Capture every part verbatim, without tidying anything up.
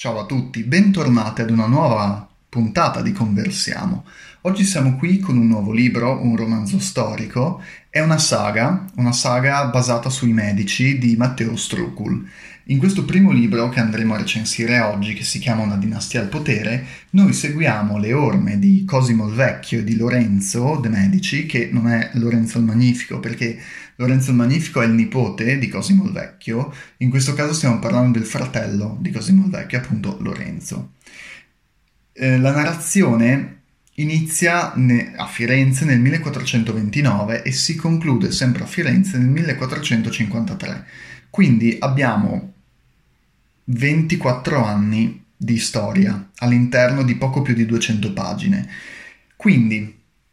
Ciao a tutti, bentornati ad una nuova puntata di Conversiamo. Oggi siamo qui con un nuovo libro, un romanzo storico, è una saga, una saga basata sui medici di Matteo Strugul. In questo primo libro che andremo a recensire oggi, che si chiama Una dinastia al potere, noi seguiamo le orme di Cosimo il Vecchio e di Lorenzo de' Medici, che non è Lorenzo il Magnifico, perché Lorenzo il Magnifico è il nipote di Cosimo il Vecchio. In questo caso stiamo parlando del fratello di Cosimo il Vecchio, appunto Lorenzo. Eh, la narrazione inizia ne- a Firenze nel millequattrocentoventinove e si conclude sempre a Firenze nel millequattrocentocinquantatré. Quindi abbiamo ventiquattro anni di storia all'interno di poco più di duecento pagine. Quindi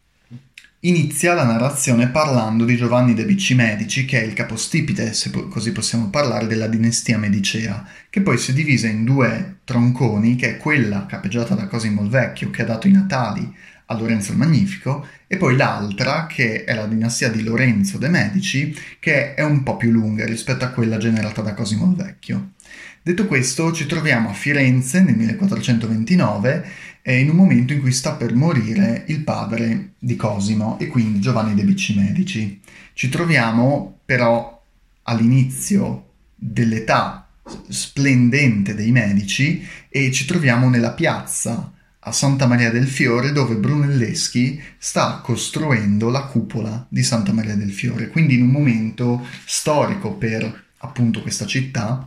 inizia la narrazione parlando di Giovanni de' Bicci Medici, che è il capostipite, se po- così possiamo parlare, della dinastia medicea, che poi si è divisa in due tronconi, che è quella capeggiata da Cosimo il Vecchio, che ha dato i natali a Lorenzo il Magnifico, e poi l'altra, che è la dinastia di Lorenzo de' Medici, che è un po' più lunga rispetto a quella generata da Cosimo il Vecchio. Detto questo, ci troviamo a Firenze nel millequattrocentoventinove, eh, in un momento in cui sta per morire il padre di Cosimo e quindi Giovanni de' Bicci Medici. Ci troviamo però all'inizio dell'età splendente dei Medici e ci troviamo nella piazza a Santa Maria del Fiore, dove Brunelleschi sta costruendo la cupola di Santa Maria del Fiore, quindi in un momento storico per appunto questa città,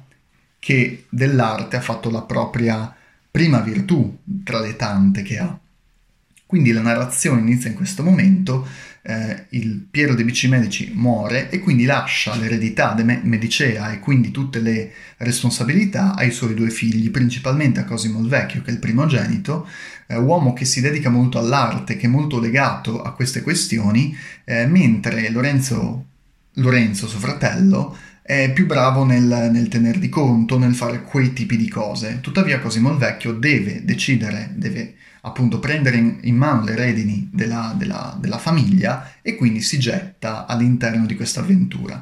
che dell'arte ha fatto la propria prima virtù tra le tante che ha. Quindi la narrazione inizia in questo momento, eh, il Piero de' Bicci Medici muore e quindi lascia l'eredità de Medicea e quindi tutte le responsabilità ai suoi due figli, principalmente a Cosimo il Vecchio, che è il primogenito, eh, uomo che si dedica molto all'arte, che è molto legato a queste questioni, eh, mentre Lorenzo, Lorenzo, suo fratello, è più bravo nel, nel tener di conto, nel fare quei tipi di cose. Tuttavia Cosimo il Vecchio deve decidere, deve appunto prendere in, in mano le redini della, della, della famiglia e quindi si getta all'interno di questa avventura.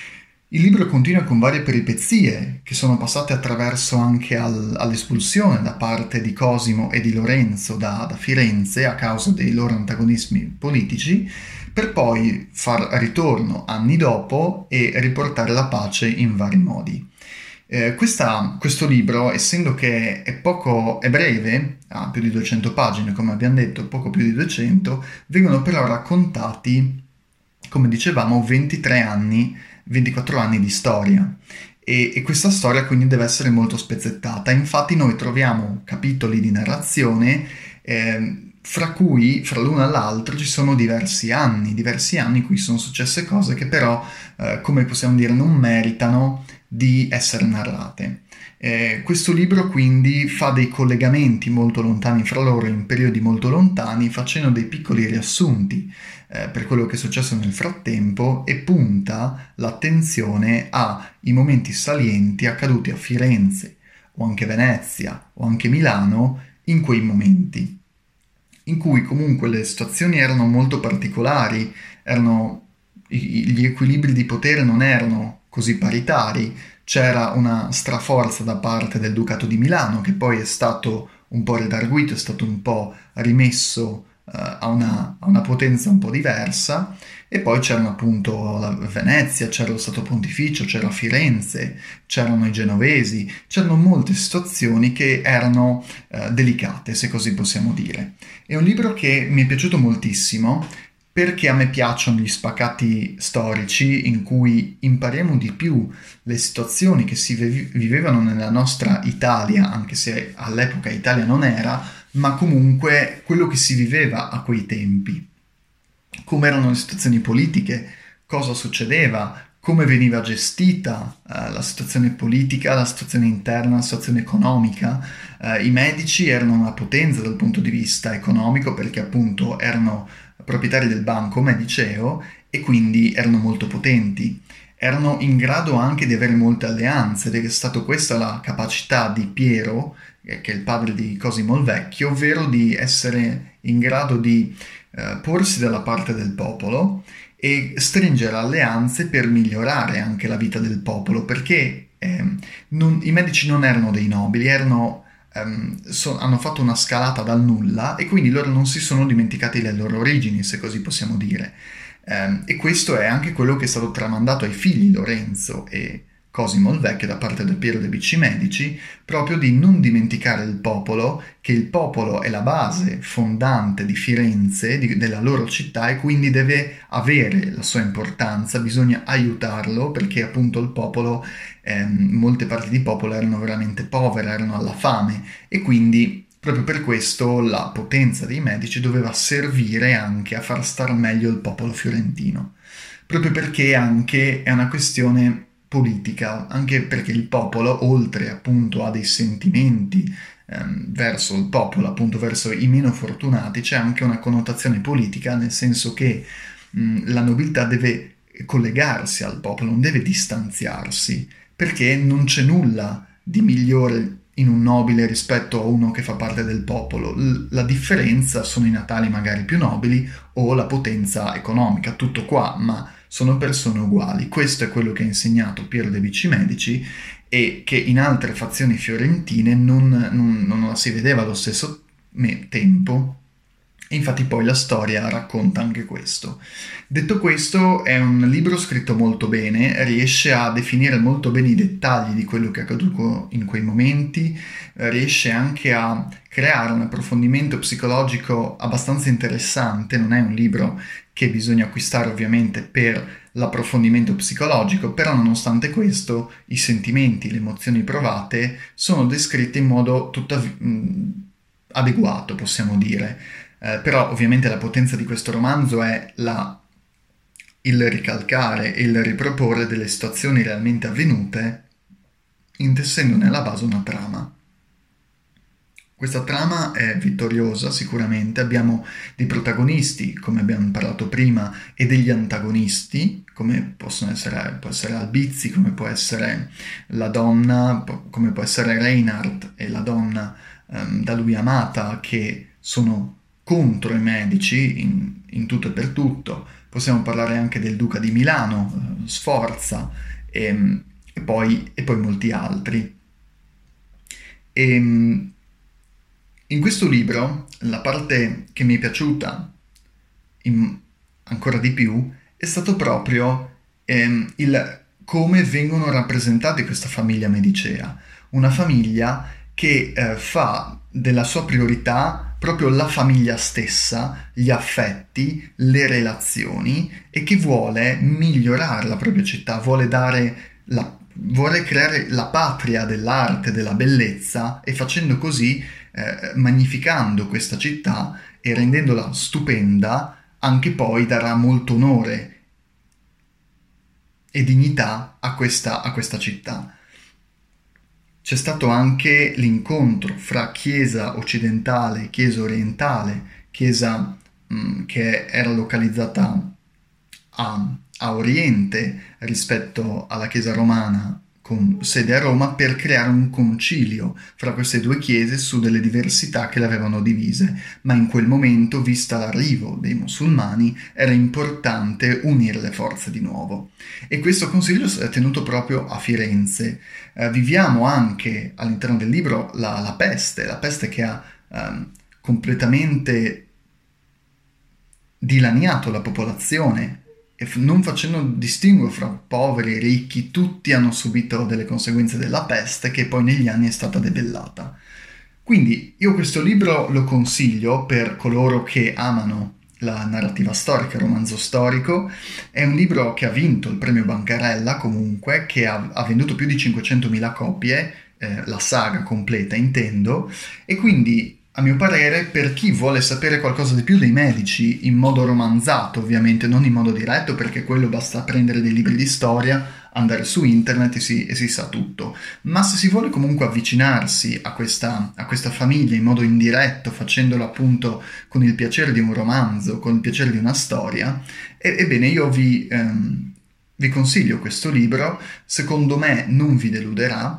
Il libro continua con varie peripezie che sono passate attraverso anche al, all'espulsione da parte di Cosimo e di Lorenzo da, da Firenze a causa dei loro antagonismi politici, per poi far ritorno anni dopo e riportare la pace in vari modi. Eh, questa, questo libro, essendo che è poco, è breve, ha più di duecento pagine, come abbiamo detto, poco più di duecento, vengono però raccontati, come dicevamo, ventitré anni, ventiquattro anni di storia. E, e questa storia quindi deve essere molto spezzettata. Infatti noi troviamo capitoli di narrazione eh, fra cui, fra l'uno e l'altro, ci sono diversi anni, diversi anni in cui sono successe cose che però, eh, come possiamo dire, non meritano di essere narrate. Eh, questo libro quindi fa dei collegamenti molto lontani fra loro in periodi molto lontani, facendo dei piccoli riassunti eh, per quello che è successo nel frattempo e punta l'attenzione ai momenti salienti accaduti a Firenze o anche Venezia o anche Milano in quei momenti, in cui comunque le situazioni erano molto particolari, erano, gli equilibri di potere non erano così paritari, c'era una straforza da parte del Ducato di Milano che poi è stato un po' redarguito, è stato un po' rimesso uh, a, una, a una potenza un po' diversa, e poi c'erano appunto la Venezia, c'era lo Stato Pontificio, c'era Firenze, c'erano i genovesi, c'erano molte situazioni che erano uh, delicate, se così possiamo dire. È un libro che mi è piaciuto moltissimo perché a me piacciono gli spaccati storici in cui impariamo di più le situazioni che si vivevano nella nostra Italia, anche se all'epoca Italia non era, ma comunque quello che si viveva a quei tempi. Come erano le situazioni politiche, cosa succedeva, come veniva gestita uh, la situazione politica, la situazione interna, la situazione economica. Uh, I medici erano una potenza dal punto di vista economico perché appunto erano proprietari del banco mediceo e quindi erano molto potenti. Erano in grado anche di avere molte alleanze ed è stata questa la capacità di Piero, che è il padre di Cosimo il Vecchio, ovvero di essere in grado di eh, porsi dalla parte del popolo e stringere alleanze per migliorare anche la vita del popolo, perché eh, non, i medici non erano dei nobili, erano ehm, so- hanno fatto una scalata dal nulla e quindi loro non si sono dimenticati le loro origini, se così possiamo dire. Ehm, e questo è anche quello che è stato tramandato ai figli Lorenzo e Cosimo il Vecchio da parte del Piero dei Bici Medici, proprio di non dimenticare il popolo, che il popolo è la base fondante di Firenze, di- della loro città, e quindi deve avere la sua importanza, bisogna aiutarlo perché appunto il popolo, ehm, molte parti di popolo erano veramente povere, erano alla fame e quindi proprio per questo la potenza dei Medici doveva servire anche a far star meglio il popolo fiorentino, proprio perché anche è una questione politica, anche perché il popolo, oltre appunto a dei sentimenti ehm, verso il popolo, appunto verso i meno fortunati, c'è anche una connotazione politica, nel senso che mh, la nobiltà deve collegarsi al popolo, non deve distanziarsi, perché non c'è nulla di migliore in un nobile rispetto a uno che fa parte del popolo. L- la differenza sono i natali magari più nobili o la potenza economica, tutto qua, ma sono persone uguali. Questo è quello che ha insegnato Piero de' Bici Medici e che in altre fazioni fiorentine non, non- non la si vedeva allo stesso me- tempo. Infatti poi la storia racconta anche questo. Detto questo, è un libro scritto molto bene, riesce a definire molto bene i dettagli di quello che è accaduto in quei momenti, eh, riesce anche a creare un approfondimento psicologico abbastanza interessante, non è un libro che bisogna acquistare ovviamente per l'approfondimento psicologico, però nonostante questo i sentimenti, le emozioni provate sono descritte in modo tuttav- mh, adeguato, possiamo dire. Eh, però ovviamente la potenza di questo romanzo è la- il ricalcare e il riproporre delle situazioni realmente avvenute, intessendone alla base una trama. Questa trama è vittoriosa sicuramente, abbiamo dei protagonisti, come abbiamo parlato prima, e degli antagonisti, come possono essere, può essere Albizzi, come può essere la donna, po- come può essere Reinhardt e la donna ehm, da lui amata, che sono contro i medici in, in tutto e per tutto. Possiamo parlare anche del Duca di Milano, eh, Sforza, e, e poi, e poi molti altri. E, in questo libro la parte che mi è piaciuta in- ancora di più è stato proprio ehm, il come vengono rappresentati questa famiglia medicea. Una famiglia che eh, fa della sua priorità proprio la famiglia stessa, gli affetti, le relazioni e che vuole migliorare la propria città, vuole dare la, vuole creare la patria dell'arte, della bellezza e facendo così, eh, magnificando questa città e rendendola stupenda, anche poi darà molto onore e dignità a questa, a questa città. C'è stato anche l'incontro fra Chiesa occidentale e Chiesa orientale, Chiesa mh, che era localizzata a, a Oriente rispetto alla Chiesa romana con sede a Roma per creare un concilio fra queste due chiese su delle diversità che le avevano divise, ma in quel momento, vista l'arrivo dei musulmani, era importante unire le forze di nuovo. E questo concilio è tenuto proprio a Firenze. Eh, viviamo anche all'interno del libro la, la peste, la peste che ha ehm, completamente dilaniato la popolazione e f- non facendo distinguo fra poveri e ricchi, tutti hanno subito delle conseguenze della peste che poi negli anni è stata debellata. Quindi io questo libro lo consiglio per coloro che amano la narrativa storica, il romanzo storico. È un libro che ha vinto il premio Bancarella comunque, che ha, ha venduto più di cinquecentomila copie, eh, la saga completa intendo, e quindi a mio parere per chi vuole sapere qualcosa di più dei Medici in modo romanzato, ovviamente non in modo diretto, perché quello basta prendere dei libri di storia, andare su internet e si, e si sa tutto, ma se si vuole comunque avvicinarsi a questa, a questa famiglia in modo indiretto, facendolo appunto con il piacere di un romanzo, con il piacere di una storia, e- ebbene io vi, ehm, vi consiglio questo libro, secondo me non vi deluderà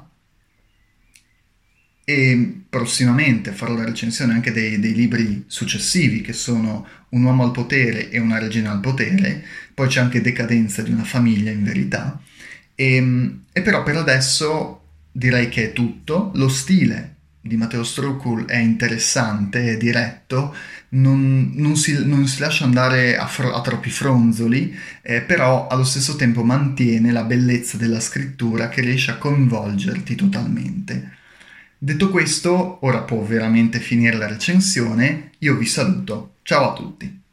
e prossimamente farò la recensione anche dei, dei libri successivi che sono Un uomo al potere e una regina al potere, poi c'è anche Decadenza di una famiglia in verità. E, e però per adesso direi che è tutto. Lo stile di Matteo Strocul è interessante, è diretto, non, non si, non si lascia andare a, fro- a troppi fronzoli, eh, però allo stesso tempo mantiene la bellezza della scrittura che riesce a coinvolgerti totalmente. Detto questo, ora può veramente finire la recensione, io vi saluto, ciao a tutti!